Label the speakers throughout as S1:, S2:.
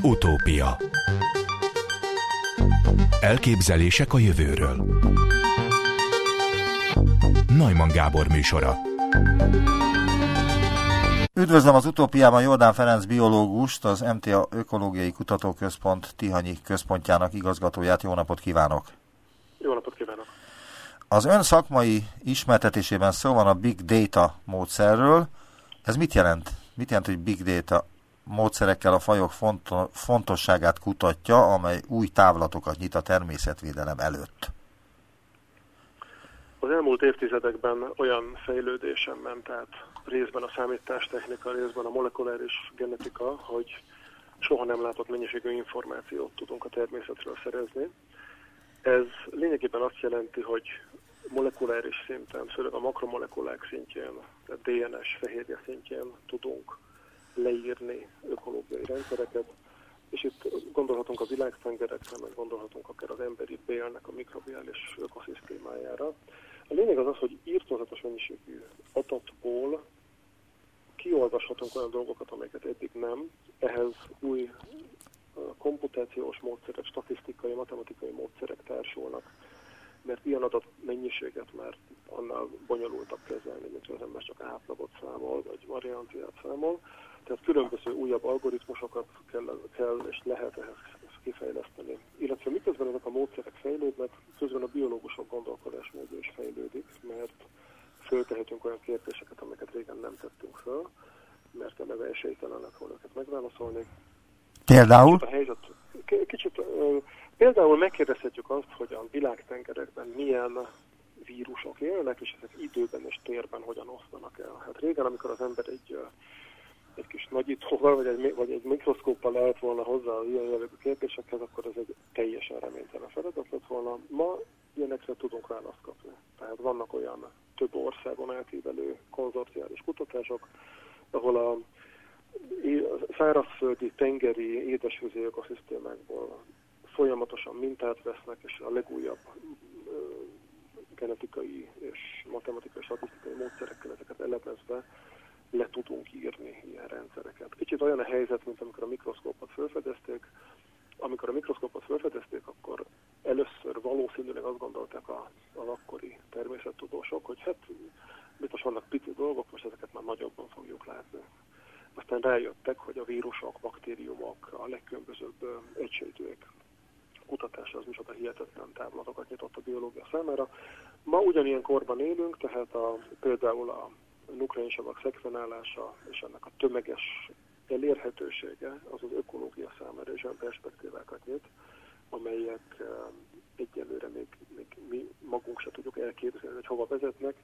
S1: Utópia. Elképzelések a jövőről. Neumann Gábor műsora.
S2: Üdvözlöm az Utópiában Jordán Ferenc biológust, az MTA Ökológiai Kutatóközpont Tihanyi központjának igazgatóját. Jó napot kívánok!
S3: Jó napot kívánok!
S2: Az ön szakmai ismertetésében szó van a Big Data módszerről. Ez mit jelent? Mit jelent, hogy Big Data módszerekkel a fajok fontosságát kutatja, amely új távlatokat nyit a természetvédelem előtt?
S3: Az elmúlt évtizedekben olyan fejlődésen ment át részben a számítástechnika, részben a molekuláris genetika, hogy soha nem látott mennyiségű információt tudunk a természetről szerezni. Ez lényegében azt jelenti, hogy molekuláris szinten, főleg a makromolekulák szintjén, a DNS fehérje szintjén tudunk leírni ökológiai rendszereket, és itt gondolhatunk a világtengerekre, meg gondolhatunk akár az emberi bélnek a mikrobiális ökoszisztémájára. A lényeg az az, hogy írtózatos mennyiségű adatból kiolvashatunk olyan dolgokat, amelyeket eddig nem. Ehhez új komputációs módszerek, statisztikai, matematikai módszerek társulnak, mert ilyen adat mennyiséget már annál bonyolultabb kezelni, mint az ember csak átlagot számol, vagy varianciát számol. Tehát különböző újabb algoritmusokat kell és lehet ehhez kifejleszteni. Illetve miközben ezek a módszerek fejlődnek, közben a biológusok gondolkodásmódja is fejlődik, mert föltehetünk olyan kérdéseket, amiket régen nem tettünk föl, mert eleve esélytelen lett volna őket megválaszolni.
S2: Például?
S3: Például megkérdezhetjük azt, hogy a világtengerekben milyen vírusok élnek, és ezek időben és térben hogyan osztanak el. Hát régen, amikor az ember egy kis nagyítóval, vagy egy mikroszkóppal állt volna hozzá az ilyen jellegű kérdésekhez, akkor ez egy teljesen reménytelen feladat lett volna. Ma ilyenekre tudunk választ kapni. Tehát vannak olyan több országon átívelő konzorciális kutatások, ahol a szárazföldi, tengeri, édesvízi ökoszisztémákból folyamatosan mintát vesznek, és a legújabb genetikai és matematikai, statisztikai módszerekkel ezeket elemezve le tudunk írni ilyen rendszereket. Kicsit olyan a helyzet, mint amikor a mikroszkópot felfedezték. Amikor a mikroszkópot felfedezték, akkor először valószínűleg azt gondolták az akkori természettudósok, hogy hát biztos vannak pici dolgok, most ezeket már nagyobban fogjuk látni. Aztán rájöttek, hogy a vírusok, baktériumok, a legkülönbözőbb egysejtőek kutatása az micsoda hihetetlen távlatokat nyitott a biológia számára. Ma ugyanilyen korban élünk, tehát például a nukleinsavak szekvenálása és ennek a tömeges elérhetősége az ökológia számára is olyan perspektívákat nyit, amelyek egyelőre még mi magunk se tudjuk elképzelni, hogy hova vezetnek.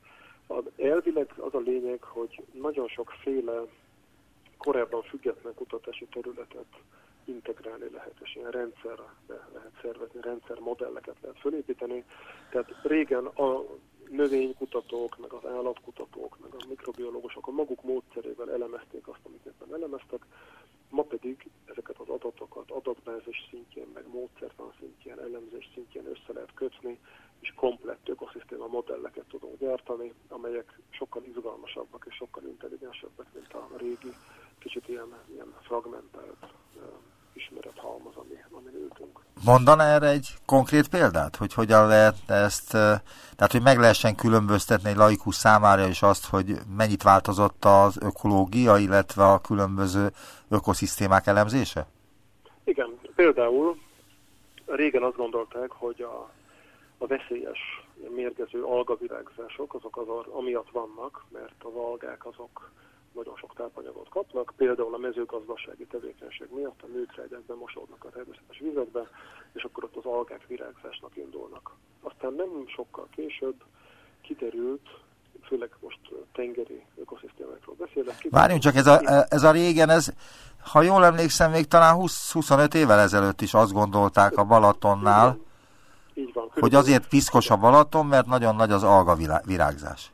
S3: Elvileg az a lényeg, hogy nagyon sokféle korábban független kutatási területet integrálni lehet, és ilyen rendszerre lehet szervezni, rendszermodelleket lehet fölépíteni. Tehát régen a növénykutatók, meg az állatkutatók, meg a mikrobiológusok a maguk módszerével elemezték azt, amit éppen elemeztek, ma pedig ezeket az adatokat adatbázis szintjén, meg módszertan szintjén, elemzés szintjén össze lehet kötni, és komplett ökoszisztéma modelleket tudunk gyártani, amelyek sokkal izgalmasabbak és sokkal intelligensebbek, mint a régi, kicsit ilyen fragmentált ismerethalmaz, amin ültünk.
S2: Mondaná erre egy konkrét példát, hogy hogyan lehet ezt, tehát hogy meg lehessen különböztetni egy laikus számára is azt, hogy mennyit változott az ökológia, illetve a különböző ökoszisztémák elemzése?
S3: Igen, például régen azt gondolták, hogy a veszélyes, mérgező algavirágzások azok amiatt vannak, mert az algák azok nagyon sok tápanyagot kapnak, például a mezőgazdasági tevékenység miatt a műtrágyák bemosódnak a természetes vizekbe, és akkor ott az algák virágzásnak indulnak. Aztán nem sokkal később kiderült, főleg most tengeri ökoszisztémákról beszélek.
S2: Várjunk csak, ez a régen, ha jól emlékszem, még talán 20-25 évvel ezelőtt is azt gondolták a Balatonnál,
S3: így van,
S2: hogy azért piszkos a Balaton, mert nagyon nagy az alga virágzás.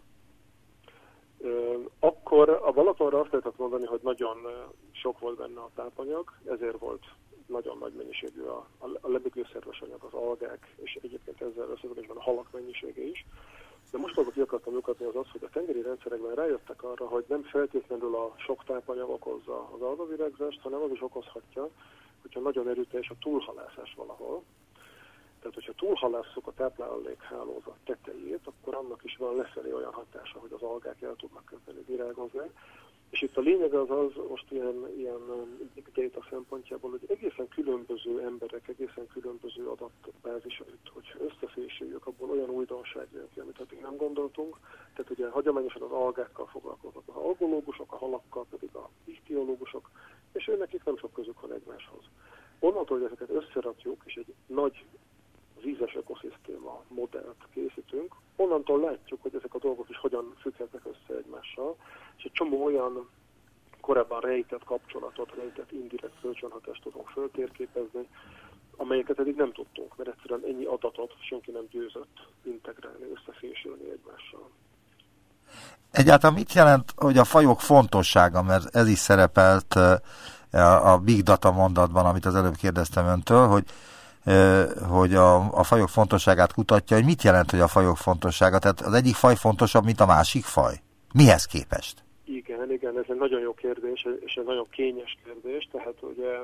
S3: Akkor a Balatonra azt lehetett mondani, hogy nagyon sok volt benne a tápanyag, ezért volt nagyon nagy mennyiségű a levegőszerves anyag, az algák, és egyébként ezzel összefüggésben a halak mennyisége is. De most azok ki akartam lyukadni az az, hogy a tengeri rendszerekben rájöttek arra, hogy nem feltétlenül a sok tápanyag okozza az algavirágzást, hanem az is okozhatja, hogyha nagyon erőteljes a túlhalászás valahol. Tehát, hogyha túlhalásszuk a táplálékhálózat tetejét, akkor annak is van lefelé olyan hatása, hogy az algák el tudnak kezdeni virágozni. És itt a lényeg az most ilyen big data szempontjából, hogy egészen különböző emberek, egészen különböző adatbázisait, hogy összefésüljük, abból olyan újdonság jön ki, amit eddig nem gondoltunk. Tehát ugye hagyományosan az algákkal foglalkoznak az algológusok, a halakkal pedig a ichtiológusok, és nekik nem sok közük van egymáshoz. Onnantól, hogy ezeket összerakjuk, és egy nagy vízes ökoszisztéma modellt készítünk, onnantól látjuk, hogy ezek a dolgok is hogyan függhetnek össze egymással, és egy csomó olyan korábban rejtett kapcsolatot, rejtett indirekt kölcsönhatást tudunk föltérképezni, amelyeket eddig nem tudtunk, mert egyszerűen ennyi adatot senki nem győzött integrálni, összefésülni egymással.
S2: Egyáltalán mit jelent, hogy a fajok fontossága, mert ez is szerepelt a big data mondatban, amit az előbb kérdeztem öntől, hogy a fajok fontosságát kutatja, hogy mit jelent, hogy a fajok fontossága? Tehát az egyik faj fontosabb, mint a másik faj? Mihez képest?
S3: Igen, ez egy nagyon jó kérdés, és egy nagyon kényes kérdés, tehát ugye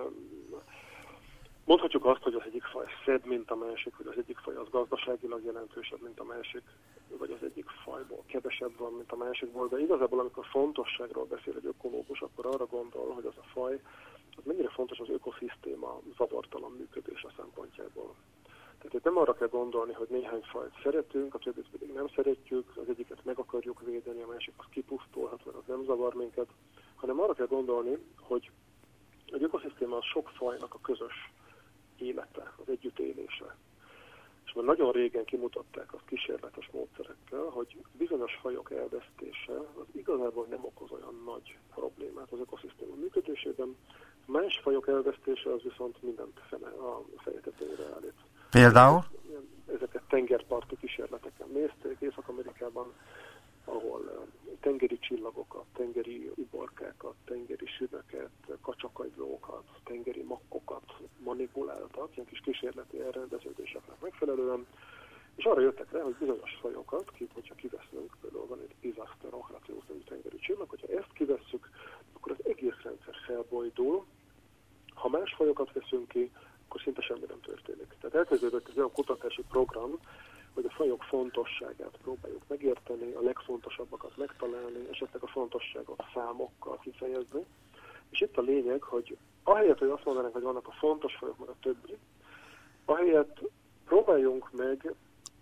S3: mondhatjuk azt, hogy az egyik faj szebb, mint a másik, hogy az egyik faj az gazdaságilag jelentősebb, mint a másik, vagy az egyik fajból kevesebb van, mint a másikból, de igazából amikor fontosságról beszél egy ökológus, akkor arra gondol, hogy az a faj az mennyire fontos az ökoszisztéma zavartalan működése szempontjából. Tehát itt nem arra kell gondolni, hogy néhány fajt szeretünk, a többit pedig nem szeretjük, az egyiket meg akarjuk védeni, a másik az kipusztulhat, mert az nem zavar minket, hanem arra kell gondolni, hogy egy ökoszisztéma az sok fajnak a közös élete, az együttélése. És már nagyon régen kimutatták azt kísérletes módszerekkel, hogy bizonyos fajok elvesztése az igazából nem okoz olyan nagy problémát az ökoszisztéma működésében, más fajok elvesztése az viszont mindent a feje tetejére állít.
S2: Például?
S3: Ezeket tengerparti kísérleteken nézték Észak-Amerikában, ahol tengeri csillagokat, tengeri uborkákat, tengeri süveket, kacsakagylókat, tengeri makkokat manipuláltak, ilyen kis kísérleti elrendeződéseknek megfelelően, és arra jöttek rá, hogy bizonyos fajokat, hogyha kiveszünk, például van egy Pisaster ochratius nevű tengeri csillag, hogyha ezt kivesszük, akkor az egész rendszer felbojdul. Ha más fajokat veszünk ki, akkor szinte semmi nem történik. Tehát elkezdődött egy olyan kutatási program, hogy a fajok fontosságát próbáljuk megérteni, a legfontosabbakat megtalálni, esetleg a fontosságot számokkal kifejezni. És itt a lényeg, hogy ahelyett, hogy azt mondanánk, hogy vannak a fontos fajok, meg a többi, ahelyett próbáljunk meg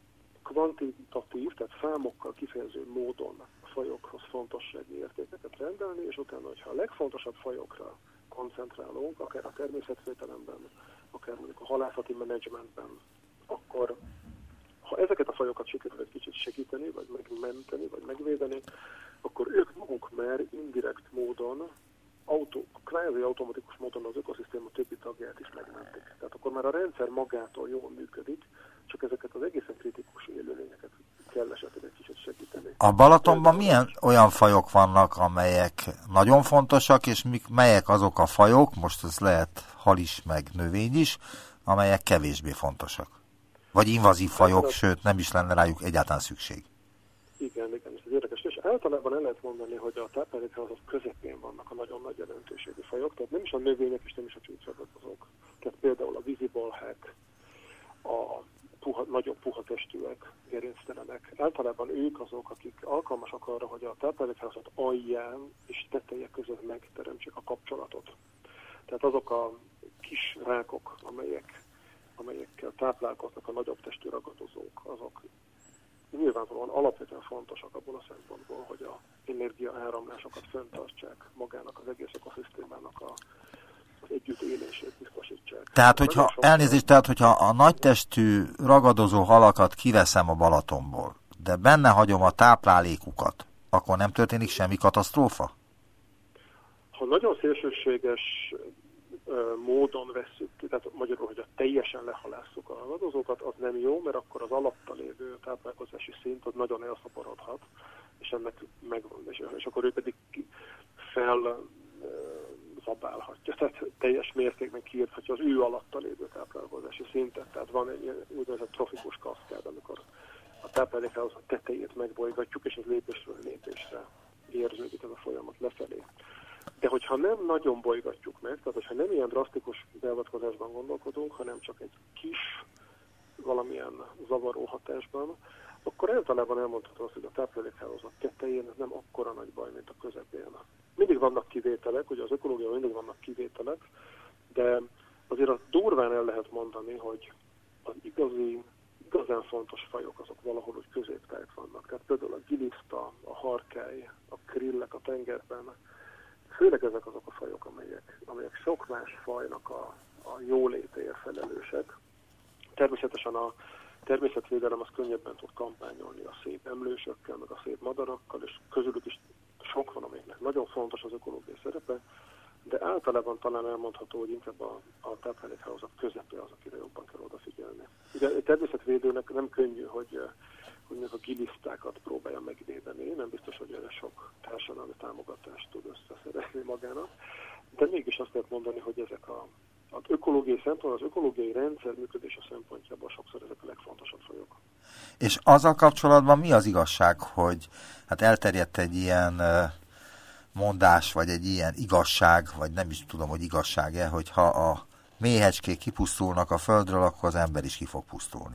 S3: kvantitatív, tehát számokkal kifejező módon a fajokhoz fontossági értékeket rendelni, és utána, hogyha a legfontosabb fajokra koncentrálunk, akár a természetvédelemben, akár mondjuk a halászati menedzsmentben, akkor ha ezeket a fajokat sikerül egy kicsit segíteni, vagy megmenteni, vagy megvédeni, akkor ők maguk már indirekt módon, kvázi automatikus módon az ökoszisztéma többi tagját is megmentik. Tehát akkor már a rendszer magától jól működik, csak ezeket az egészen kritikus élőlényeket kell esetleg egy kicsit segíteni.
S2: A Balatonban milyen olyan fajok vannak, amelyek nagyon fontosak, és melyek azok a fajok, most ez lehet hal is, meg növény is, amelyek kevésbé fontosak? Vagy invazív fajok, sőt nem is lenne rájuk egyáltalán szükség.
S3: Igen, ez érdekes. És általában el lehet mondani, hogy a táplálékhálózat közepén vannak a nagyon nagy jelentőségű fajok, tehát nem is a növények és nem is a csúcsragadozók. Tehát például a vízibolhák, a nagyobb puha testűek, gerinctelenek. Általában ők azok, akik alkalmasak arra, hogy a táplálékhálózat alján és teteje között megteremtsék a kapcsolatot. Tehát azok a kis rákok, amelyekkel táplálkoznak a nagyobb testű ragadozók, azok nyilvánvalóan alapvetően fontosak abból a szempontból, hogy az energiaáramlásokat fenntartsák magának az egész ökoszisztémának az együttélését biztosítsák.
S2: Tehát, hogyha a nagytestű ragadozó halakat kiveszem a Balatonból, de benne hagyom a táplálékukat, akkor nem történik semmi katasztrófa?
S3: Ha nagyon szélsőséges módon vesszük ki, tehát magyarul, hogy teljesen lehalásszuk a ragadozókat, az nem jó, mert akkor az alatta lévő táplálkozási szint az nagyon elszaporodhat, és ennek megvan, és akkor ő pedig felzabálhatja, tehát teljes mértékben kiírthatja az ő alatta lévő táplálkozási szintet, tehát van egy úgynevezett trofikus kaszkád, amikor a táplálékhálózat tetejét megbolygatjuk, és ez lépésről lépésre érződik ez a folyamat lefelé. De hogyha nem nagyon bolygatjuk meg, tehát hogyha nem ilyen drasztikus beavatkozásban gondolkodunk, hanem csak egy kis valamilyen zavaró hatásban, akkor általában elmondható azt, hogy a táplálékhálózat tetején ez nem akkora nagy baj, mint a közepén. Mindig vannak kivételek, ugye az ökológiában mindig vannak kivételek, de azért azt durván el lehet mondani, hogy az igazán fontos fajok azok valahogy úgy középtájt vannak. Tehát például a giliszta, a harkály, a krillek a tengerben, főleg ezek azok a fajok, amelyek sok más fajnak a jólétéért felelősek. Természetesen a természetvédelem az könnyebben tud kampányolni a szép emlősökkel, meg a szép madarakkal, és közülük is sok van, amiknek nagyon fontos az ökológiai szerepe, de általában talán elmondható, hogy inkább a táplálékhálózat közepe az, akire jobban kell odafigyelni. Ugye egy természetvédőnek nem könnyű, hogy a gilisztákat próbálja megvédeni, nem biztos, hogy erre sok társadalmi támogatást tud összeszerezni magának, de mégis azt lehet mondani, hogy ezek az ökológiai szempontból, az ökológiai rendszer működése szempontjából sokszor ezek a legfontosabb fajok.
S2: És azzal kapcsolatban mi az igazság, hogy hát elterjedt egy ilyen mondás, vagy egy ilyen igazság, vagy nem is tudom, hogy igazság-e, hogy ha a méhecskék kipusztulnak a földről, akkor az ember is ki fog pusztulni.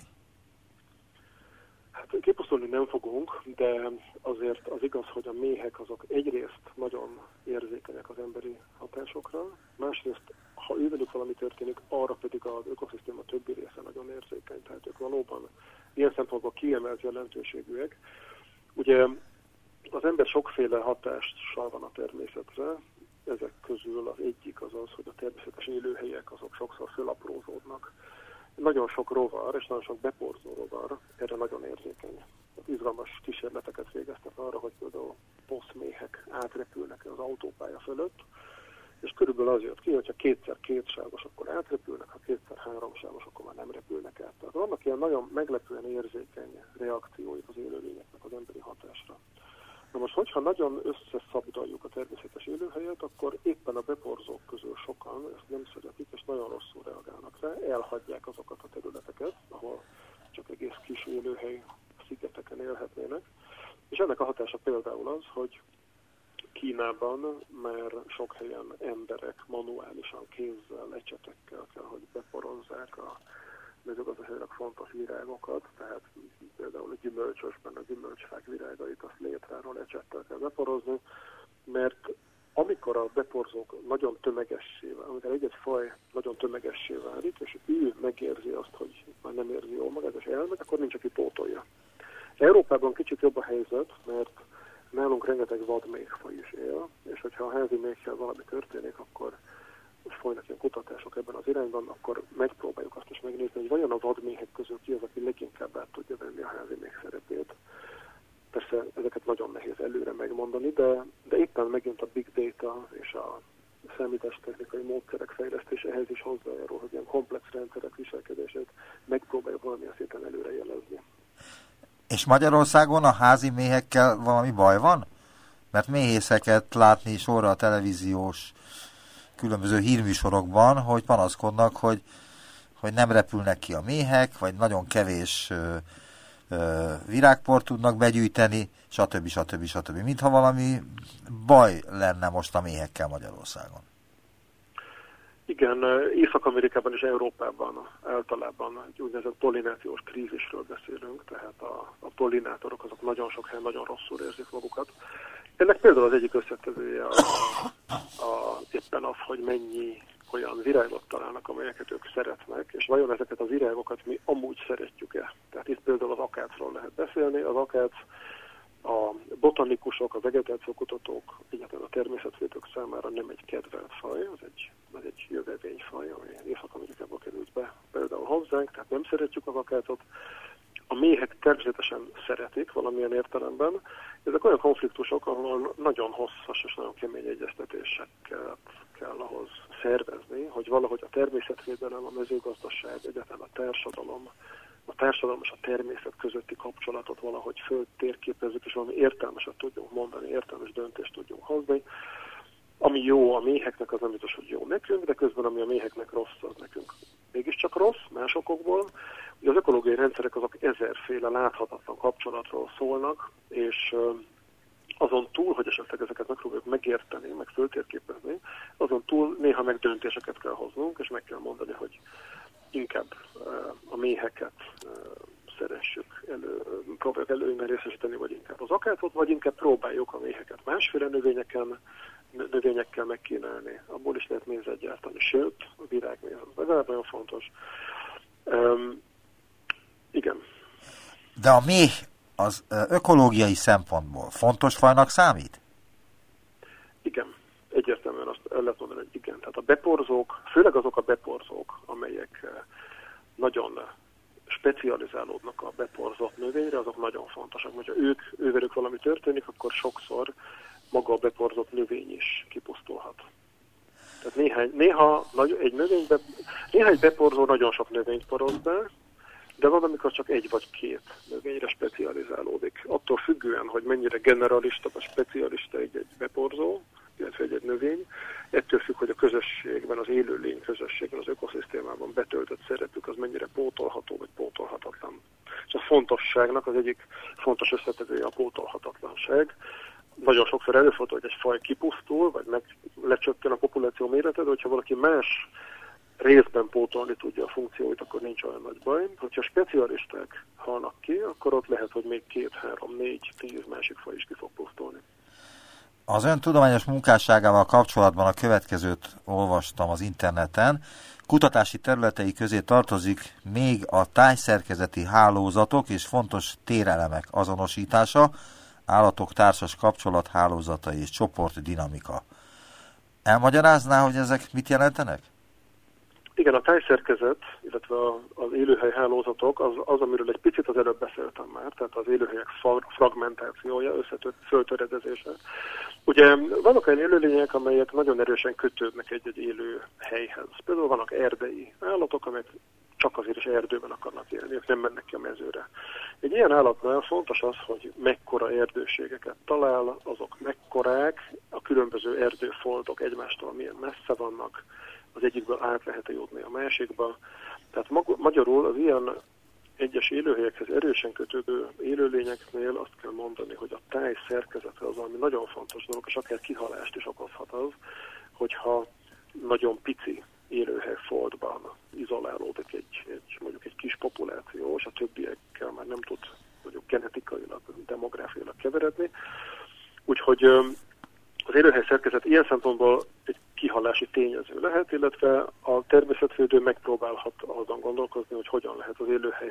S3: Hát kipusztulni nem fogunk, de azért az igaz, hogy a méhek azok egyrészt nagyon érzékenyek az emberi hatásokra, másrészt, ha ővelük valami történik, arra pedig az ökoszisztéma többi része nagyon érzékeny, tehát ők valóban ilyen szempontból kiemelt jelentőségűek. Ugye az ember sokféle hatással van a természetre, ezek közül az egyik az az, hogy a természetes élőhelyek azok sokszor fölaprózódnak. Nagyon sok rovar, és nagyon sok beporzó rovar erre nagyon érzékeny. Izgalmas kísérleteket végeztek arra, hogy például boszméhek átrepülnek az autópálya fölött, és körülbelül az jött ki, hogyha kétszer kétsávos, akkor átrepülnek, ha kétszer háromsávos, akkor már nem repülnek át. Tehát vannak ilyen nagyon meglepően érzékeny reakcióik az élőlényeknek az emberi hatásra. Na most, hogyha nagyon összeszabdaljuk a természetes élőhelyet, akkor éppen a beporzók közül sokan ezt nem szeretik, és nagyon rosszul reagálnak rá, elhagyják azokat a területeket, ahol csak egész kis élőhely szigeteken élhetnének. És ennek a hatása például az, hogy Kínában már sok helyen emberek manuálisan, kézzel, ecsetekkel kell, hogy beporozzák a mezőgazdaságilag fontos virágokat, tehát például a gyümölcsösben a gyümölcsfák virágait azt létráról ecsettel kell beporozni, mert amikor a beporzók nagyon tömegessé válik, amikor egy-egy faj nagyon tömegessé válik, és ő megérzi azt, hogy már nem érzi jól magát, és elmegy, akkor nincs, aki pótolja. Európában kicsit jobb a helyzet, mert nálunk rengeteg vadméhfaj is él, és hogyha a házi méhkel valami történik, akkor most folynak ilyen kutatások ebben az irányban, akkor megpróbáljuk azt is megnézni, hogy vajon a vadméhek közül ki az, aki leginkább át tudja venni a házi méh szerepét. Persze ezeket nagyon nehéz előre megmondani, de éppen megint a big data és a számítástechnikai módszerek fejlesztése ehhez is hozzájárul, hogy ilyen komplex rendszerek viselkedését megpróbáljuk valamilyen szinten előrejelezni.
S2: És Magyarországon a házi méhekkel valami baj van? Mert méhészeket látni sorra a televíziós különböző hírműsorokban, hogy panaszkodnak, hogy nem repülnek ki a méhek, vagy nagyon kevés virágport tudnak begyűjteni, stb. Mintha valami baj lenne most a méhekkel Magyarországon.
S3: Igen, Észak-Amerikában és Európában általában egy úgynevezett pollinációs krízisről beszélünk, tehát a pollinátorok azok nagyon sok helyen nagyon rosszul érzik magukat. Ennek például az egyik összetevője éppen az, hogy mennyi olyan virágot találnak, amelyeket ők szeretnek, és vajon ezeket a virágokat mi amúgy szeretjük-e. Tehát itt például az akácról lehet beszélni. Az akác a botanikusok, a vegetációkutatók, egyáltalán a természetvédők számára nem egy kedvelt faj, az egy jövevényfaj, ami Észak-Amerikából került be például hozzánk, tehát nem szeretjük az akácot. A méhek természetesen szeretik valamilyen értelemben. Ezek olyan konfliktusok, ahol nagyon hosszas és nagyon kemény egyeztetéseket kell ahhoz szervezni, hogy valahogy a természetvédelem, a mezőgazdaság, egyáltalán a társadalom és a természet közötti kapcsolatot valahogy föltérképezzük, és valami értelmeset tudjunk mondani, értelmes döntést tudjunk hozni. Ami jó a méheknek, az nem biztos, hogy jó nekünk, de közben ami a méheknek rossz, az nekünk mégiscsak rossz, más okokból. Ugye az ökológiai rendszerek azok ezerféle láthatatlan kapcsolatról szólnak, és azon túl, hogy esetleg ezeket megpróbáljuk megérteni, meg föltérképezni, azon túl néha meg döntéseket kell hoznunk, és meg kell mondani, hogy inkább a méheket szeressük próbáljuk előnyben részesíteni, vagy inkább az akácot, vagy inkább próbáljuk a méheket másféle növényekkel megkínálni. Abból is lehet mézet gyártani, sőt, a virágméz az legalább nagyon fontos. Igen.
S2: De a méh az ökológiai szempontból fontos fajnak számít?
S3: Igen. Egyértelműen azt el lehet mondani, hogy igen. Tehát a beporzók, főleg azok a beporzók, amelyek nagyon specializálódnak a beporzott növényre, azok nagyon fontosak. Ha ővelük valami történik, akkor sokszor maga a beporzott növény is kipusztulhat. Tehát néha egy beporzó nagyon sok növényt poroz be, de van, amikor csak egy vagy két növényre specializálódik. Attól függően, hogy mennyire generalista vagy specialista egy beporzó, illetve egy növény, ettől függ, hogy a közösségben, az élőlény közösségben, az ökoszisztémában betöltött szerepük az mennyire pótolható vagy pótolhatatlan. És a fontosságnak az egyik fontos összetevője a pótolhatatlanság. Nagyon sokszor előfordul, hogy egy faj kipusztul, vagy lecsökken a populáció mérete, de hogyha valaki más részben pótolni tudja a funkcióit, akkor nincs olyan nagy baj. Hogyha specialisták halnak ki, akkor ott lehet, hogy még 2, 3, 4, 10 másik faj is ki fog pusztulni.
S2: Az ön tudományos munkásságával kapcsolatban a következőt olvastam az interneten. Kutatási területei közé tartozik még a tájszerkezeti hálózatok és fontos térelemek azonosítása, állatok társas kapcsolat hálózatai és csoportdinamika. Elmagyarázná, hogy ezek mit jelentenek?
S3: Igen, a tájszerkezet, illetve az élőhely hálózatok az, amiről egy picit az előbb beszéltem már, tehát az élőhelyek fragmentációja, föltöredezése. Ugye vannak olyan élőlények, amelyek nagyon erősen kötődnek egy-egy élő helyhez. Például vannak erdei állatok, amelyek csak azért is erdőben akarnak élni, ők nem mennek ki a mezőre. Egy ilyen állatnál fontos az, hogy mekkora erdőségeket talál, azok mekkorák, a különböző erdőfoltok egymástól milyen messze vannak, az egyikből át lehet jutni a másikba. Tehát magyarul az ilyen egyes élőhelyekhez erősen kötődő élőlényeknél azt kell mondani, hogy a táj szerkezete az, ami nagyon fontos dolog, és akár kihalást is okozhat az, hogyha nagyon pici élőhelyfoltban izolálódik mondjuk egy kis populáció, és a többiekkel már nem tud mondjuk genetikailag, demográfiailag keveredni. Úgyhogy az élőhely szerkezet ilyen szempontból egy kihalási tényező lehet, illetve a természetvédő megpróbálhat azon gondolkozni, hogy hogyan lehet az élőhely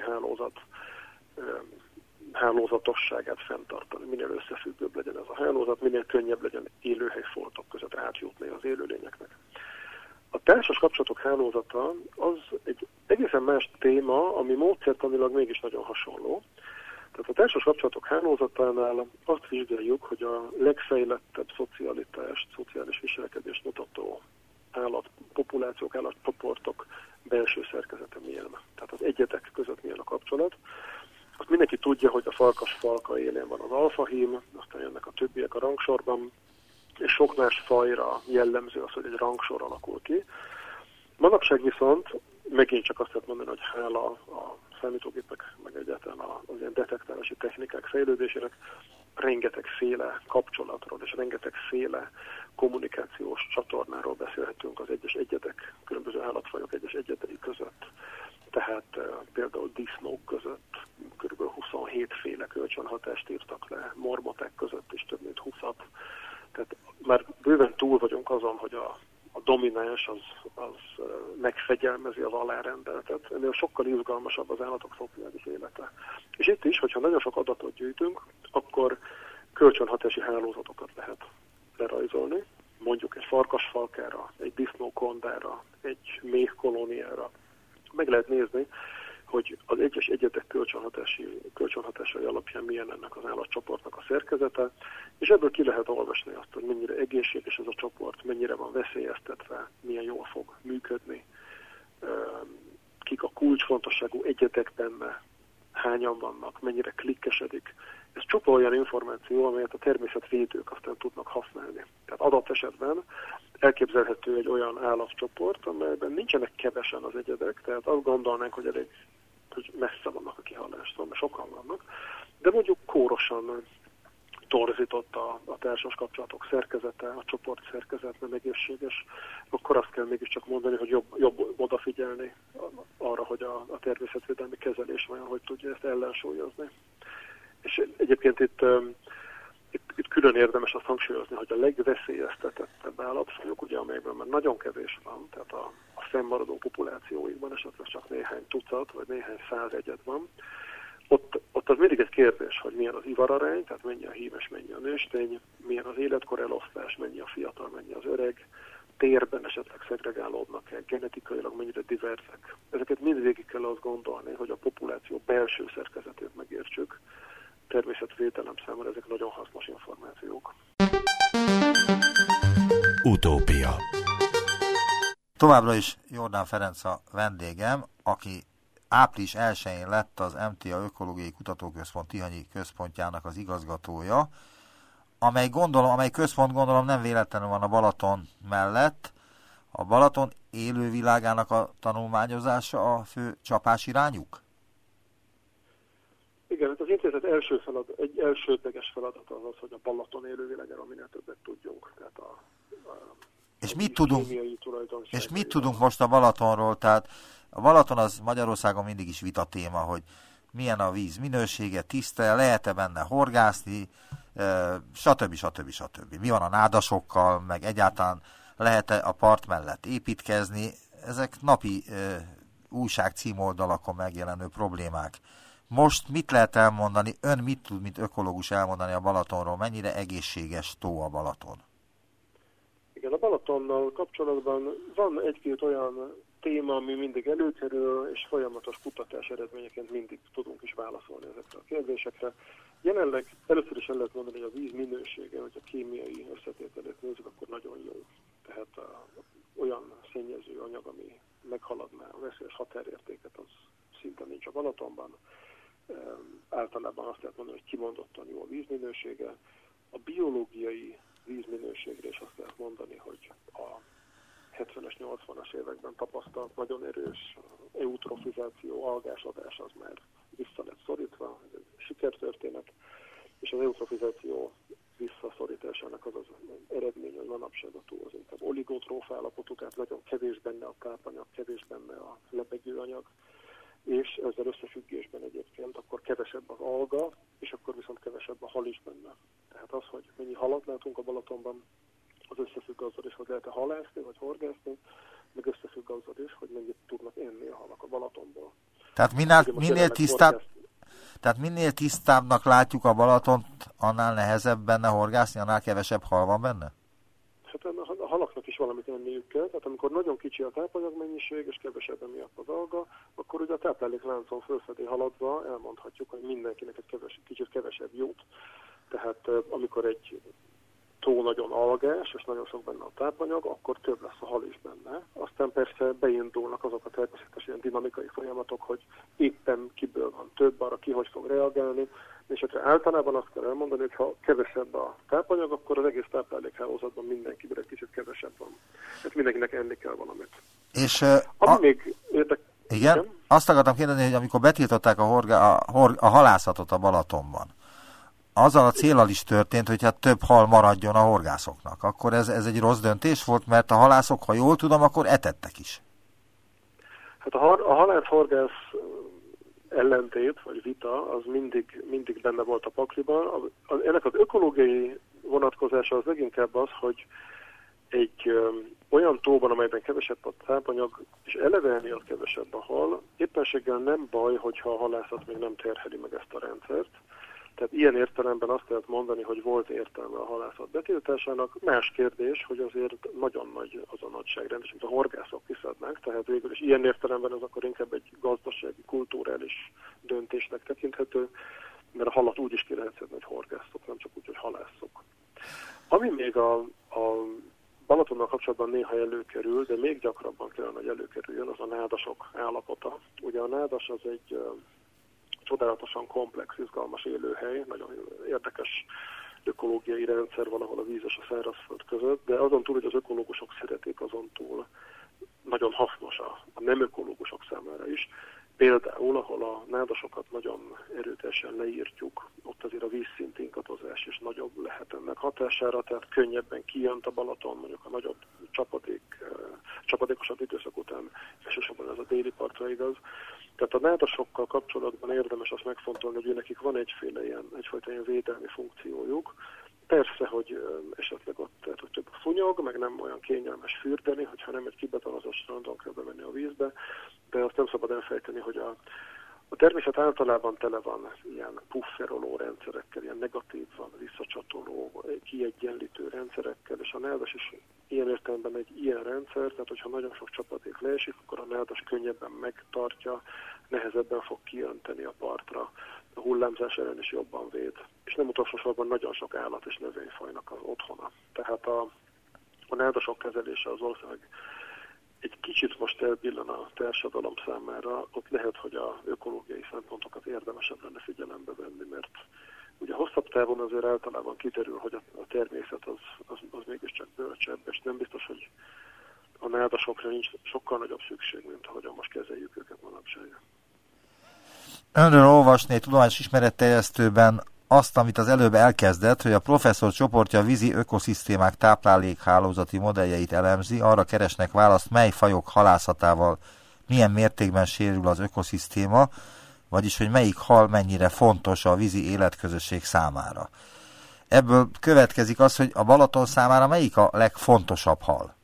S3: hálózatosságát fenntartani. Minél összefüggőbb legyen ez a hálózat, minél könnyebb legyen élőhelyfoltok között átjutni az élőlényeknek. A társas kapcsolatok hálózata az egy egészen más téma, ami módszertanilag mégis nagyon hasonló. Tehát a társas kapcsolatok hálózatánál azt vizsgáljuk, hogy a legfejlettebb szociális viselkedést mutató állatpopulációk, állatcsoportok belső szerkezete milyen. Tehát az egyetek között milyen a kapcsolat. Azt mindenki tudja, hogy a farkas-falka élén van az alfahím, aztán jönnek a többiek a rangsorban, és sok más fajra jellemző az, hogy egy rangsor alakul ki. Manapság viszont megint csak azt lehet mondani, hogy hála a számítógépek, meg egyáltalán az ilyen detektálási technikák fejlődésének rengetegféle kapcsolatról és rengetegféle kommunikációs csatornáról beszélhetünk az egyes egyetek, különböző állatfajok egyes egyetei között. Tehát például disznók között kb. 27 féle kölcsönhatást írtak le, mormoták között is több mint 20-at. Tehát már bőven túl vagyunk azon, hogy a domináns az megfegyelmezi az alárendeltet. Ennél sokkal izgalmasabb az állatok szociális élete. És itt is, hogyha nagyon sok adatot gyűjtünk, akkor kölcsönhatási hálózatokat lehet lerajzolni. Mondjuk egy farkasfalkára, egy disznókondára, egy méhkolóniára. Meg lehet nézni, hogy az egyes egyetek kölcsönhatásai alapján milyen ennek az állatcsoportnak a szerkezete, és ebből ki lehet olvasni azt, hogy mennyire egészséges ez a csoport, mennyire van veszélyeztetve, milyen jól fog működni, kik a kulcsfontosságú egyetek benne, hányan vannak, mennyire klikkesedik. Ez csupa olyan információ, amelyet a természetvédők aztán tudnak használni. Tehát adott esetben elképzelhető egy olyan állatcsoport, amelyben nincsenek kevesen az egyedek, tehát azt gondolnánk, hogy elég hogy messze vannak a kihalástól, mert sokan vannak, de mondjuk kórosan torzított a társas kapcsolatok szerkezete, a csoport szerkezet nem egészséges, akkor azt kell mégiscsak mondani, hogy jobb odafigyelni arra, hogy a természetvédelmi kezelés olyan, hogy tudja ezt ellensúlyozni. És egyébként itt külön érdemes azt hangsúlyozni, hogy a legveszélyeztetettebb állatfajok, ugye amelyekben már nagyon kevés van, tehát a fennmaradó populációikban esetleg csak néhány tucat, vagy néhány száz egyed van, ott az mindig egy kérdés, hogy milyen az ivararány, tehát mennyi a hímes, mennyi a nőstény, milyen az életkor elosztás, mennyi a fiatal, mennyi az öreg, térben esetleg szegregálódnak-e, genetikailag mennyire diverzek. Ezeket mind végig kell azt gondolni, hogy a populáció belső szerkezetét megértsük. Természetvédelem számára ezek nagyon hasznos információk.
S1: Utópia.
S2: Továbbra is Jordán Ferenc a vendégem, aki április 1-én lett az MTA Ökológiai Kutatóközpont Tihanyi központjának az igazgatója, amely központ gondolom nem véletlenül van a Balaton mellett. A Balaton élővilágának a tanulmányozása a fő csapásirányuk?
S3: Igen, hát az intézet egy elsődleges feladata az, hogy a Balaton élővilágáról minél többet tudjunk. Tehát
S2: és mit tudunk most a Balatonról? Tehát a Balaton az Magyarországon mindig is vita téma, hogy milyen a víz minősége, tiszta, lehet-e benne horgászni, stb. Mi van a nádasokkal, meg egyáltalán lehet-e a part mellett építkezni? Ezek napi újság címoldalakon megjelenő problémák. Most mit lehet elmondani, ön mit tud, mint ökológus elmondani a Balatonról? Mennyire egészséges tó a Balaton?
S3: Igen, a Balatonnal kapcsolatban van egy-két olyan téma, ami mindig előkerül, és folyamatos kutatás eredményeként mindig tudunk is válaszolni ezekre a kérdésekre. Jelenleg először is el lehet mondani, hogy a víz minősége, hogy a kémiai összetételét nézzük, akkor nagyon jó. Tehát olyan szennyező anyag, ami meghaladná a veszélyes határértéket, az szinte nincs a Balatonban. Általában azt lehet mondani, hogy kimondottan jó a vízminősége. A biológiai vízminőségre is azt lehet mondani, hogy a 70-es, 80-as években tapasztalt nagyon erős eutrofizáció, algásodás az már vissza lett szorítva, ez egy sikertörténet, és az eutrofizáció visszaszorításának az eredmény, hogy manapság a tó az inkább oligotróf állapotú, tehát nagyon kevés benne a tápanyag, kevés benne a lebegőanyag, és ezzel összefüggésben egyébként akkor kevesebb az alga, és akkor viszont kevesebb a hal is benne. Tehát az, hogy mennyi halat látunk a Balatonban, az összefügg azzal is, hogy lehet-e halászni, vagy horgászni, meg összefügg azzal is, hogy mennyit tudnak enni a halak a Balatonból.
S2: Tehát minél tisztábbnak látjuk a Balatont, annál nehezebb benne horgászni, annál kevesebb hal van benne?
S3: Hát a halaknak is valamit enniük kell, tehát amikor nagyon kicsi a tápanyag mennyiség, és kevesebb emiatt az alga, akkor ugye a táplálékláncon fölfelé haladva elmondhatjuk, hogy mindenkinek egy kicsit kevesebb jut. Tehát amikor egy tó nagyon algás, és nagyon sok benne a tápanyag, akkor több lesz a hal is benne. Aztán persze beindulnak azok a természetes ilyen dinamikai folyamatok, hogy éppen kiből van több, arra ki hogy fog reagálni, és általában azt kell elmondani, hogy ha kevesebb a tápanyag, akkor az egész táplálékhálózatban mindenkiből egy kicsit kevesebb van. Tehát mindenkinek enni kell valamit.
S2: És
S3: még
S2: igen? Azt akartam kérdezni, hogy amikor betiltották a halászatot a Balatonban, azzal a céllal is történt, hogy hát több hal maradjon a horgászoknak. Akkor ez egy rossz döntés volt, mert a halászok, ha jól tudom, akkor etettek is.
S3: Hát a halász-horgász ellentét, vagy vita, az mindig benne volt a pakliban. Ennek az ökológiai vonatkozása az leginkább az, hogy egy olyan tóban, amelyben kevesebb a tápanyag, és eleve emiatt kevesebb a hal, éppenséggel nem baj, hogyha a halászat még nem terheli meg ezt a rendszert. Tehát ilyen értelemben azt lehet mondani, hogy volt értelme a halászat betiltásának. Más kérdés, hogy azért nagyon nagy az a nagyságrend, és amit a horgászok kiszednek, tehát végül is ilyen értelemben az akkor inkább egy gazdasági, kulturális döntésnek tekinthető, mert a halat úgy is ki lehet szedni, hogy horgászok, nem csak úgy, hogy halászok. Ami még a Balatonnal kapcsolatban néha előkerül, de még gyakrabban kellene, hogy előkerüljön, az a nádasok állapota. Ugye a nádas az egy csodálatosan komplex, izgalmas élőhely, nagyon érdekes ökológiai rendszer valahol a víz és a szárazföld között, de azon túl, hogy az ökológusok szeretik, azon túl nagyon hasznos a nem ökológusok számára is, Például, ahol a nádasokat nagyon erőteljesen leírtjuk, ott azért a vízszint ingadozás is nagyobb lehet ennek hatására, tehát könnyebben kijönt a Balaton, mondjuk a nagyobb csapadékosabb időszak után, elsősorban ez a déli partra igaz. Tehát a nádasokkal kapcsolatban érdemes azt megfontolni, hogy nekik van egyfajta ilyen védelmi funkciójuk. Persze, hogy esetleg ott tehát, hogy több funyog, meg nem olyan kényelmes fürdeni, hogyha nem egy kibetonozott strandon kell bemenni a vízbe, de azt nem szabad elfejteni, hogy a természet általában tele van ilyen pufferoló rendszerekkel, ilyen negatívan visszacsatoló, kiegyenlítő rendszerekkel, és a nádas is ilyen értelemben egy ilyen rendszer, tehát hogyha nagyon sok csapadék leesik, akkor a nádas könnyebben megtartja, nehezebben fog kijönteni a partra, a hullámzás ellen is jobban véd. És nem utolsó sorban nagyon sok állat és növényfajnak az otthona. Tehát a nádasok kezelése az valószínűleg egy kicsit most elbillen a társadalom számára, ott lehet, hogy az ökológiai szempontokat érdemesebb lenne figyelembe venni, mert ugye hosszabb távon azért általában kiderül, hogy a természet az mégiscsak bölcsebb, és nem biztos, hogy a nádasokra nincs sokkal nagyobb szükség, mint ahogyan most kezeljük őket manapság.
S2: Önről olvasni egy tudományos ismeretterjesztőben azt, amit az előbb elkezdett, hogy a professzor csoportja a vízi ökoszisztémák táplálékhálózati modelljeit elemzi, arra keresnek választ, mely fajok halászatával milyen mértékben sérül az ökoszisztéma, vagyis hogy melyik hal mennyire fontos a vízi életközösség számára. Ebből következik az, hogy a Balaton számára melyik a legfontosabb hal?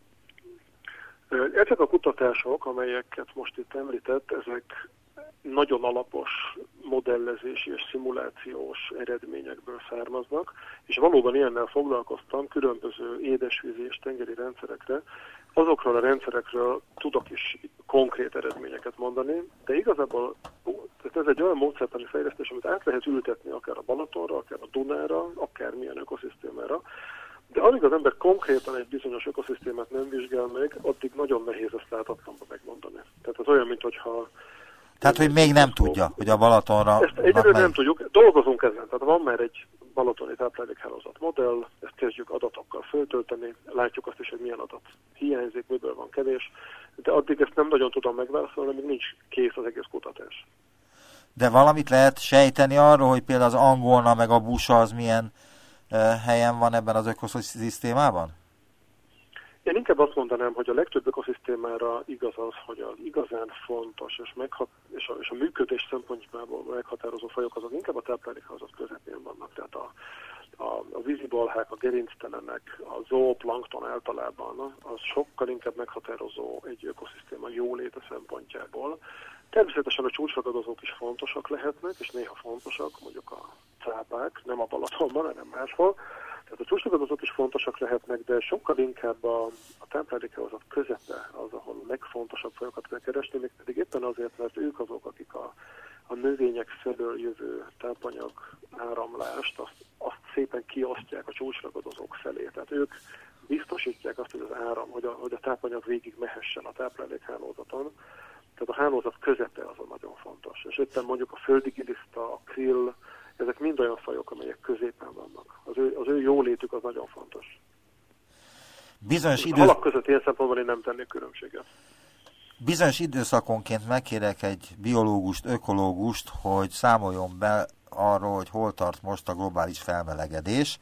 S3: Ezek a kutatások, amelyeket most itt említett, ezek nagyon alapos modellezési és szimulációs eredményekből származnak, és valóban ilyennel foglalkoztam különböző édesvízi és tengeri rendszerekre. Azokról a rendszerekről tudok is konkrét eredményeket mondani, de igazából ez egy olyan módszertani fejlesztés, amit át lehet ültetni akár a Balatonra, akár a Dunára, akár milyen ökoszisztémára, de addig az ember konkrétan egy bizonyos ökoszisztémát nem vizsgál meg, addig nagyon nehéz ezt látatlanba megmondani. Tehát ez olyan, mintha...
S2: Tehát, hogy még nem tudja, hogy a Balatonra...
S3: Ezt egyelőre nem tudjuk, dolgozunk ezen. Tehát van már egy balatoni táplálékhálózat modell, ezt kezdjük adatokkal föltölteni, látjuk azt is, hogy milyen adat hiányzik, miből van kevés, de addig ezt nem nagyon tudom megválaszolni, még nincs kész az egész kutatás.
S2: De valamit lehet sejteni arról, hogy például az angolna meg a busa az milyen helyen van ebben az ökoszisztémában?
S3: Én inkább azt mondanám, hogy a legtöbb ökoszisztémára igaz az, hogy az igazán fontos és a működés szempontjából meghatározó fajok azok inkább a táplálékhálózat közepén vannak. Tehát a vízibalhák, a gerinctelenek, a zooplankton általában az sokkal inkább meghatározó egy ökoszisztéma jóléte szempontjából. Természetesen a csúcsragadozók is fontosak lehetnek, és néha fontosak, mondjuk a cápák, nem a Balatonban, hanem máshol. Tehát a csúcsragadozók is fontosak lehetnek, de sokkal inkább a táplálékhálózat közepe az, ahol a legfontosabb fajokat kell keresni, még pedig éppen azért, mert ők azok, akik a növények felől jövő tápanyag áramlást, azt szépen kiosztják a csúcsragadozók felé. Tehát ők biztosítják azt, hogy az áram, hogy a tápanyag végig mehessen a táplálékhálózaton. Tehát a hálózat közepe az a nagyon fontos. És éppen mondjuk a földi giliszta, a krill, ezek mind olyan fajok, amelyek középen vannak. Az ő jólétük az nagyon fontos. Halak között ilyen szempontból én nem tennék különbséget.
S2: Bizonyos időszakonként megkérek egy biológust, ökológust, hogy számoljon be arról, hogy hol tart most a globális felmelegedés.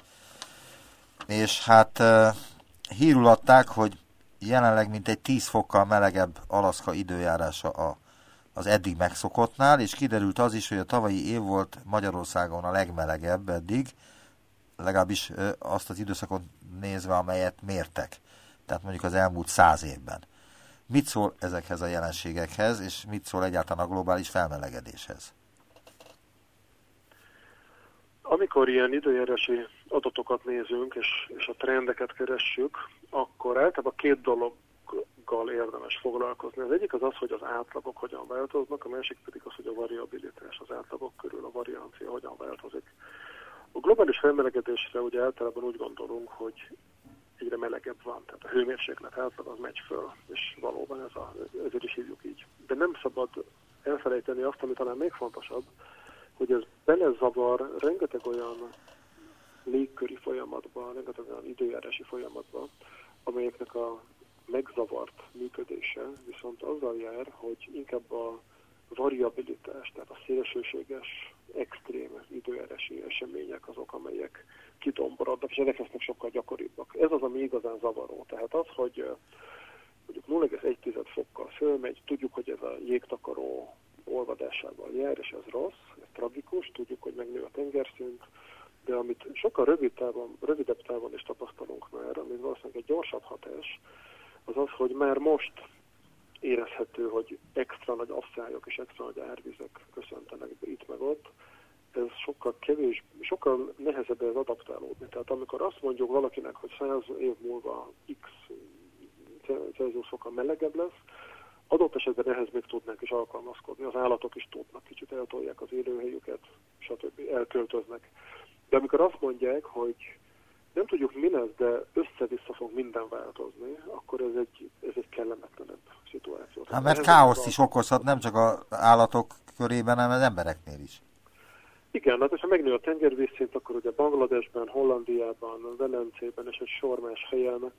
S2: És hát hírul adták, hogy jelenleg mintegy 10 fokkal melegebb Alaszka időjárása az eddig megszokottnál, és kiderült az is, hogy a tavalyi év volt Magyarországon a legmelegebb eddig, legalábbis azt az időszakot nézve, amelyet mértek. Tehát mondjuk az elmúlt 100 évben. Mit szól ezekhez a jelenségekhez, és mit szól egyáltalán a globális felmelegedéshez?
S3: Amikor ilyen időjárási adatokat nézünk, és a trendeket keressük, akkor általában 2 dologgal érdemes foglalkozni. Az egyik az, hogy az átlagok hogyan változnak, a másik pedig az, hogy a variabilitás az átlagok körül, a variancia hogyan változik. A globális felmelegedésre ugye általában úgy gondolunk, hogy egyre melegebb van, tehát a hőmérséklet átlag az megy föl, és valóban ezért is hívjuk így. De nem szabad elfelejteni azt, ami talán még fontosabb, hogy ez belezavar rengeteg olyan légköri folyamatba, rengeteg olyan időjárási folyamatba, amelyeknek a megzavart működése viszont azzal jár, hogy inkább a variabilitás, tehát a szélsőséges, extrém időjárási események azok, amelyek kitomborodnak, és ezek lesznek sokkal gyakoribbak. Ez az, ami igazán zavaró. Tehát az, hogy mondjuk 0,1 fokkal fölmegy, tudjuk, hogy ez a jégtakaró olvadásával jár, és ez rossz, ez tragikus, tudjuk, hogy megnő a tengerszint, de amit sokkal rövidebb távon is tapasztalunk már, ami valószínűleg egy gyorsabb hatás, az az, hogy már most érezhető, hogy extra nagy afszályok és extra nagy árvizek köszöntenek be itt meg ott. Ez sokkal nehezebb ez adaptálódni. Tehát amikor azt mondjuk valakinek, hogy 100 év múlva X Celsius fokkal melegebb lesz, adott esetben ehhez még tudnánk is alkalmazkodni. Az állatok is tudnak, kicsit eltolják az élőhelyüket, stb. Elköltöznek. De amikor azt mondják, hogy nem tudjuk mi lesz, de össze-vissza fog minden változni, akkor ez egy kellemetlenebb szituáció.
S2: Hát mert káoszt is okozhat nem csak az állatok körében, hanem az embereknél is.
S3: Igen, hát ha megnő a tengervízszint, akkor ugye Bangladesben, Hollandiában, Velencében és egy sor más helyen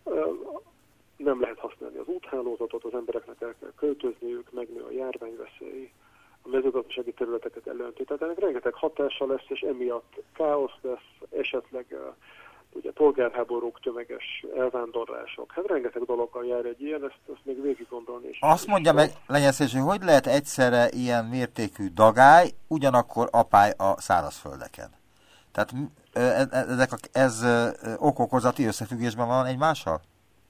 S3: nem lehet használni az úthálózatot, az embereknek el kell költözniük, megnő a járványveszély, a mezőgazdasági területeket elönti. Tehát ennek rengeteg hatása lesz, és emiatt káosz lesz, esetleg ugye polgárháborúk, tömeges elvándorlások. Hát rengeteg dologgal jár egy ilyen, ezt még végig gondolni is.
S2: Azt mondja meg, Lenyeszés, hogy lehet egyszerre ilyen mértékű dagály, ugyanakkor apály a szárazföldeken? Tehát ez ok-okozati összefüggésben van egymással?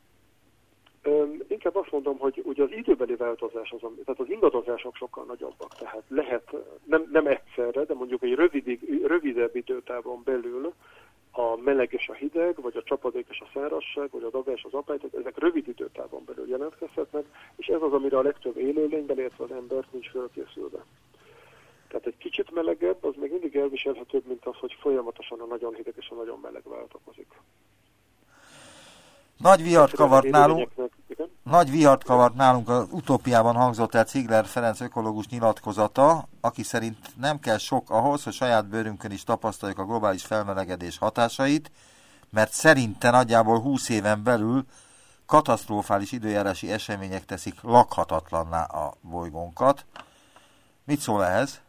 S3: Inkább azt mondom, hogy ugye az időbeli változás, tehát az ingadozások sokkal nagyobbak. Tehát lehet, nem egyszerre, de mondjuk egy rövidebb időtávon belül a meleg és a hideg, vagy a csapadék és a szárazság, vagy a dagás, az apály, tehát ezek rövid időtávon belül jelentkezhetnek, és ez az, amire a legtöbb élőlényben, illetve az embert nincs felkészülve. Tehát egy kicsit melegebb, az még mindig elviselhetőbb, mint az, hogy folyamatosan a nagyon hideg és a nagyon meleg változik.
S2: Nagy vihart kavart nálunk az utópiában hangzott el Cigler Ferenc ökológus nyilatkozata, aki szerint nem kell sok ahhoz, hogy saját bőrünkön is tapasztaljuk a globális felmelegedés hatásait, mert szerinte nagyjából 20 éven belül katasztrofális időjárási események teszik lakhatatlanná a bolygónkat. Mit szól ehhez?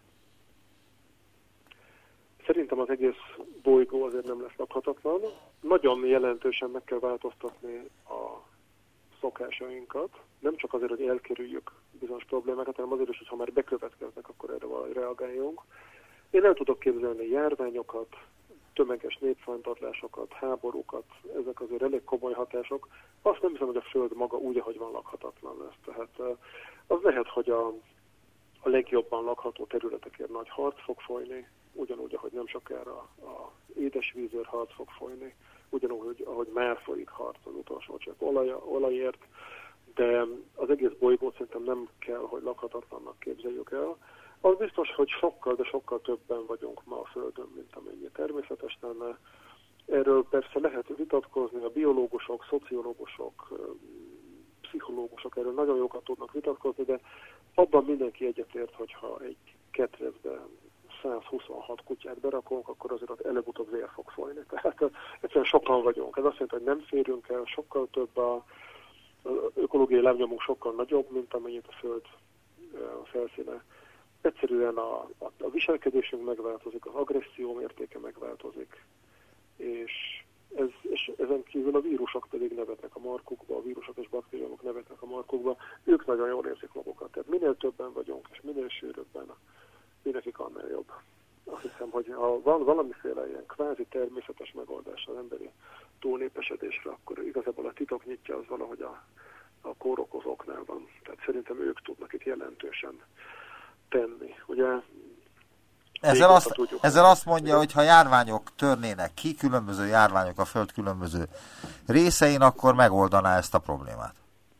S3: Szerintem az egész bolygó azért nem lesz lakhatatlan. Nagyon jelentősen meg kell változtatni a szokásainkat. Nem csak azért, hogy elkerüljük bizonyos problémákat, hanem azért is, hogy ha már bekövetkeznek, akkor erre valahogy reagáljunk. Én el tudok képzelni járványokat, tömeges népszámláltatásokat, háborúkat, ezek azért elég komoly hatások. Azt nem hiszem, hogy a Föld maga úgy, ahogy van, lakhatatlan lesz. Tehát az lehet, hogy a legjobban lakható területekért nagy harc fog folyni, ugyanúgy, ahogy nem sokára a édesvízért harc fog folyni, ugyanúgy, ahogy már folyik harc az utolsó csak olajért, de az egész bolygót szerintem nem kell, hogy lakhatatlannak képzeljük el. Az biztos, hogy sokkal, de sokkal többen vagyunk ma a Földön, mint amennyi természetes lenne. Erről persze lehet vitatkozni, a biológusok, szociológusok, pszichológusok erről nagyon jókat tudnak vitatkozni, de abban mindenki egyetért, hogyha egy ketrecbe 126 kutyát berakunk, akkor azért ott előbb-utóbb vér fog folyni. Tehát egyszerűen sokan vagyunk. Ez azt jelenti, hogy nem férünk el, sokkal több az ökológiai lábnyomunk sokkal nagyobb, mint amennyit a Föld felszíne. Egyszerűen a viselkedésünk megváltozik, az agresszió mértéke megváltozik, és ezen kívül a vírusok pedig nevetnek a markukba, a vírusok és baktériumok nevetnek a markukba, ők nagyon jól érzik magukat. Tehát minél többen vagyunk, és minél sűrűbben, mindenkik annál jobb. Azt hiszem, hogy ha van valamiféle ilyen kvázi természetes megoldás az emberi túlnépesedésre, akkor igazából a titoknyitja az valahogy a kórokozóknál van. Tehát szerintem ők tudnak itt jelentősen tenni. Ugye
S2: ezzel azt mondja, hogy ha járványok törnének ki, különböző járványok a Föld különböző részein, akkor megoldaná ezt a problémát.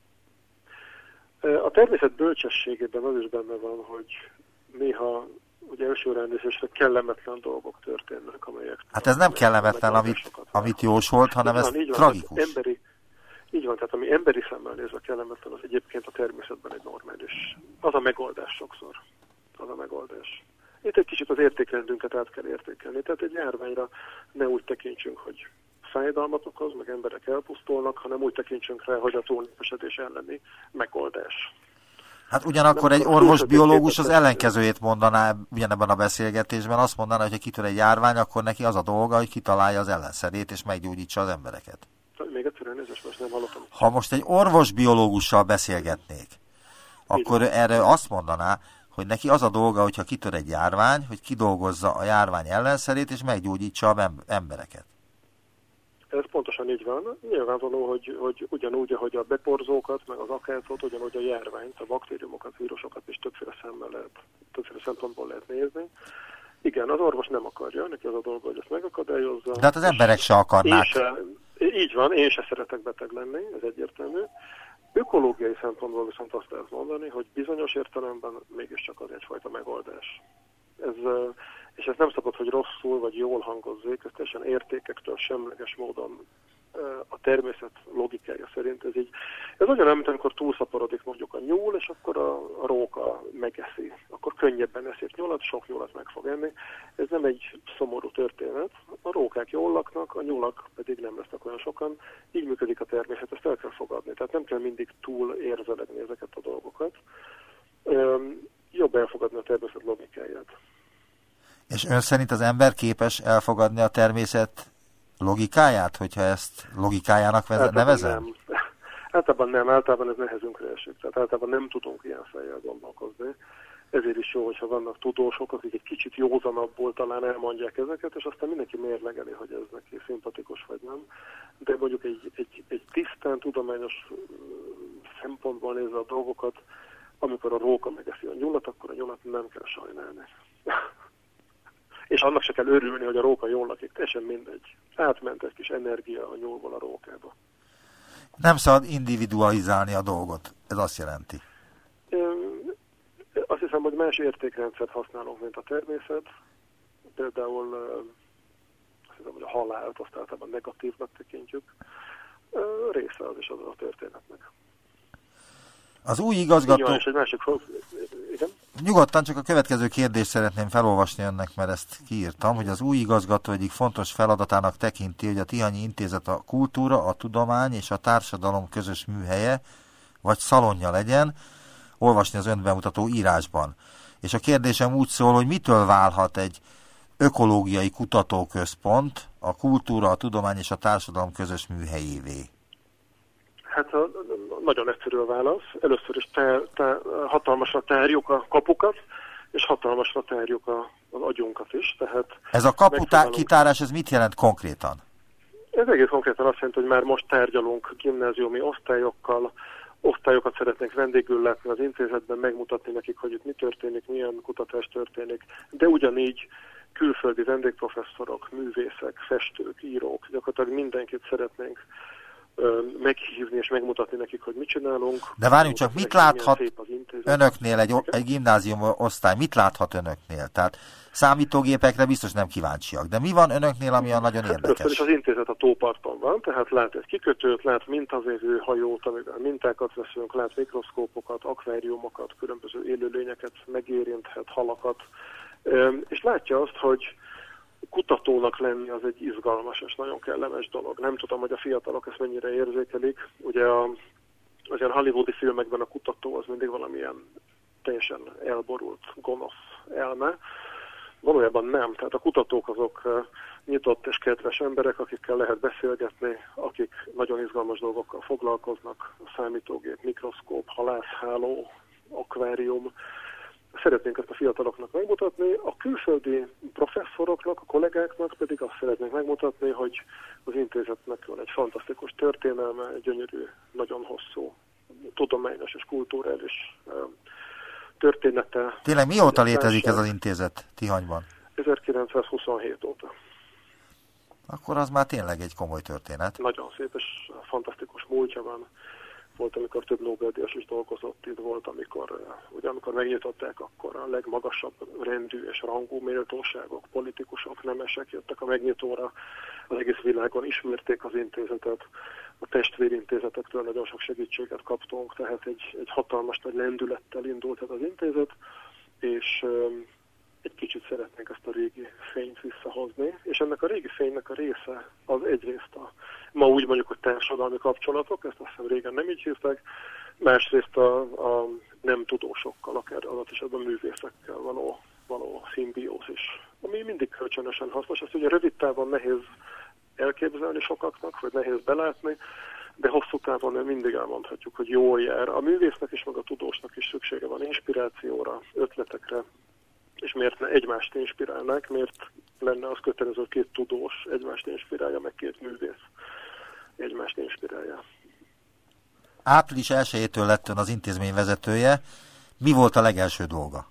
S3: A természet bölcsességében az is benne van, hogy néha ugye első rendezésre kellemetlen dolgok történnek, amelyek...
S2: Hát ez nem kellemetlen, amit jósolt, hanem ez tragikus.
S3: Így van, tehát ami emberi szemmel nézve kellemetlen, az egyébként a természetben egy normális. Az a megoldás sokszor. Az a megoldás. Itt egy kicsit az értékrendünket át kell értékelni. Tehát egy járványra ne úgy tekintsünk, hogy fájdalmat okoz, meg emberek elpusztulnak, hanem úgy tekintsünk rá, hogy a túlnépesedés elleni megoldás.
S2: Hát ugyanakkor egy orvosbiológus az ellenkezőjét mondaná ugyanebben a beszélgetésben, azt mondaná, hogy ha kitör egy járvány, akkor neki az a dolga, hogy kitalálja az ellenszerét, és meggyógyítsa az embereket.
S3: Még egyszerűen nézést, most nem hallottam.
S2: Ha most egy orvosbiológussal beszélgetnék, akkor erre azt mondaná, hogy neki az a dolga, hogyha kitör egy járvány, hogy kidolgozza a járvány ellenszerét, és meggyógyítsa az embereket.
S3: Ez pontosan így van. Nyilvánvaló, hogy ugyanúgy, ahogy a beporzókat, meg az akácot, ugyanúgy a járványt, a baktériumokat, vírusokat is többféle szempontból lehet nézni. Igen, az orvos nem akarja, neki az a dolga, hogy ezt megakadályozza.
S2: De hát az emberek se akarnák.
S3: Így van, én se szeretek beteg lenni, ez egyértelmű. Ökológiai szempontból viszont azt lehet mondani, hogy bizonyos értelemben mégiscsak az egyfajta megoldás. És ez nem szabad, hogy rosszul vagy jól hangozzék, ez teljesen értékektől semleges módon a természet logikája szerint. Ez olyan, mint amikor túlszaporodik mondjuk a nyúl, és akkor a róka megeszi. Akkor könnyebben eszik nyulat, sok nyulat meg fog enni. Ez nem egy szomorú történet. A rókák jól laknak, a nyulak pedig nem lesznek olyan sokan. Így működik a természet, ezt el kell fogadni. Tehát nem kell mindig túl érzelegni ezeket a dolgokat. Jobb elfogadni a természet logikáját.
S2: És ön szerint az ember képes elfogadni a természet logikáját, hogyha ezt logikájának nevezem?
S3: Általában ez nehezünkre esik. Tehát általában nem tudunk ilyen fejjel gondolkozni. Ezért is jó, hogyha vannak tudósok, akik egy kicsit józanabbul talán elmondják ezeket, és aztán mindenki mérlegeli, hogy ez neki szimpatikus vagy nem. De mondjuk egy tisztán tudományos szempontból nézve a dolgokat, amikor a róka megeszi a nyulat, akkor a nyulat nem kell sajnálni. És annak se kell örülni, hogy a róka jól lakik, teljesen mindegy. Átment egy kis energia a nyúlból a rókába.
S2: Nem szabad individualizálni a dolgot, ez azt jelenti.
S3: Azt hiszem, hogy más értékrendszert használunk, mint a természet. Például azt hiszem, hogy a halált azt általában negatívnak tekintjük. Része az is az a történetnek.
S2: Az új igazgató...
S3: És egy másik igen?
S2: Nyugodtan, csak a következő kérdést szeretném felolvasni önnek, mert ezt kiírtam, hogy az új igazgató egyik fontos feladatának tekinti, hogy a Tihanyi Intézet a kultúra, a tudomány és a társadalom közös műhelye, vagy szalonja legyen, olvasni az önbemutató írásban. És a kérdésem úgy szól, hogy mitől válhat egy ökológiai kutatóközpont a kultúra, a tudomány és a társadalom közös műhelyévé?
S3: Hát nagyon egyszerű a válasz. Először is hatalmasra tárjuk a kapukat, és hatalmasra tárjuk az agyunkat is. Tehát
S2: ez a kitárás, ez mit jelent konkrétan?
S3: Ez egész konkrétan azt jelenti, hogy már most tárgyalunk gimnáziumi osztályokat szeretnénk vendégül látni az intézetben, megmutatni nekik, hogy itt mi történik, milyen kutatás történik, de ugyanígy külföldi vendégprofesszorok, művészek, festők, írók, gyakorlatilag mindenkit szeretnénk meghívni és megmutatni nekik, hogy mit csinálunk.
S2: De várjunk csak, mit láthat önöknél egy gimnázium osztály? Mit láthat önöknél? Tehát számítógépekre biztos nem kíváncsiak. De mi van önöknél, ami a nagyon érdekes?
S3: Először is az intézet a tóparton van, tehát lát egy kikötőt, lát mintavévő hajót, amivel mintákat veszünk, lát mikroszkópokat, akváriumokat, különböző élőlényeket, megérinthet, halakat, és látja azt, hogy kutatónak lenni az egy izgalmas és nagyon kellemes dolog. Nem tudom, hogy a fiatalok ezt mennyire érzékelik. Ugye az ilyen hollywoodi filmekben a kutató az mindig valamilyen teljesen elborult, gonosz elme. Valójában nem. Tehát a kutatók azok nyitott és kedves emberek, akikkel lehet beszélgetni, akik nagyon izgalmas dolgokkal foglalkoznak. A számítógép, mikroszkóp, halászháló, akvárium. Szeretnénk ezt a fiataloknak megmutatni, a külföldi professzoroknak, a kollégáknak pedig azt szeretnénk megmutatni, hogy az intézetnek van egy fantasztikus történelme, egy gyönyörű, nagyon hosszú tudományos és kulturális története.
S2: Tényleg mióta létezik ez az intézet Tihanyban?
S3: 1927 óta.
S2: Akkor az már tényleg egy komoly történet.
S3: Nagyon szép és fantasztikus múltja van. Volt, amikor több Nobel-díjas is dolgozott, itt volt, amikor megnyitották, akkor a legmagasabb rendű és rangú méltóságok, politikusok, nemesek jöttek a megnyitóra, az egész világon ismerték az intézetet, a testvérintézetektől nagyon sok segítséget kaptunk, tehát egy hatalmas nagy lendülettel indult ez az intézet, és egy kicsit szeretnénk ezt a régi fényt visszahozni, és ennek a régi fénynek a része az egyrészt ma úgy mondjuk, hogy társadalmi kapcsolatok, ezt azt hiszem régen nem így hívták, másrészt a nem tudósokkal, akár adott esetben művészekkel való szimbiózis, ami mindig kölcsönösen hasznos. Ezt ugye rövid távon nehéz elképzelni sokaknak, vagy nehéz belátni, de hosszú távon mindig elmondhatjuk, hogy jól jár. A művésznek is, meg a tudósnak is szüksége van inspirációra, ötletekre, és miért ne egymást inspirálnák, miért lenne az kötelező, hogy 2 tudós egymást inspirálja, meg 2 művész egymást inspirálja.
S2: Április 1-től lett ön az intézmény vezetője. Mi volt a legelső dolga?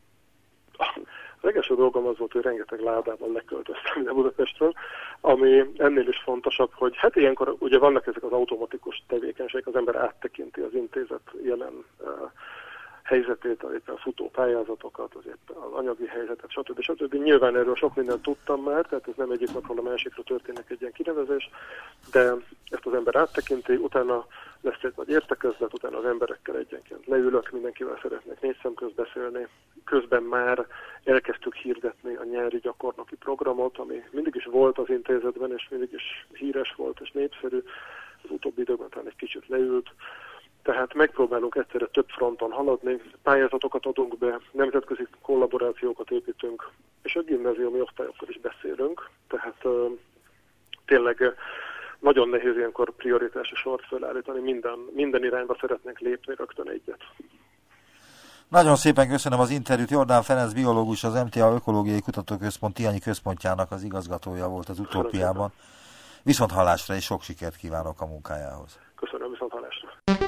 S3: A legelső dolgom az volt, hogy rengeteg ládával leköltöztem ide Budapestről, ami ennél is fontosabb, hogy hát ilyenkor ugye vannak ezek az automatikus tevékenységek, az ember áttekinti az intézet jelen helyzetét, a futó pályázatokat, az anyagi helyzetet, stb. Nyilván erről sok mindent tudtam már, tehát ez nem egyik napról a másikra történik egy ilyen kinevezés, de ezt az ember áttekinti, utána lesz egy nagy értekezlet, utána az emberekkel egyenként leülök, mindenkivel szeretnék 4 szem közt beszélni. Közben már elkezdtük hirdetni a nyári gyakornoki programot, ami mindig is volt az intézetben, és mindig is híres volt és népszerű. Az utóbbi időben talán egy kicsit leült. Tehát megpróbálunk egyszerre több fronton haladni, pályázatokat adunk be, nemzetközi kollaborációkat építünk, és a gimnáziumi osztályokkal is beszélünk. Tehát tényleg nagyon nehéz ilyenkor prioritási sort felállítani, minden irányba szeretnénk lépni rögtön egyet.
S2: Nagyon szépen köszönöm az interjút. Jordán Ferenc biológus, az MTA Ökológiai Kutatóközpont Tihanyi központjának az igazgatója volt az Utópiában. Viszont hallásra és sok sikert kívánok a munkájához.
S3: Köszönöm, viszont hallásra.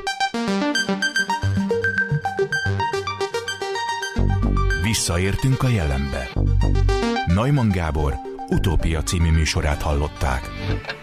S1: Visszaértünk a jelenbe. Neumann Gábor Utópia című műsorát hallották.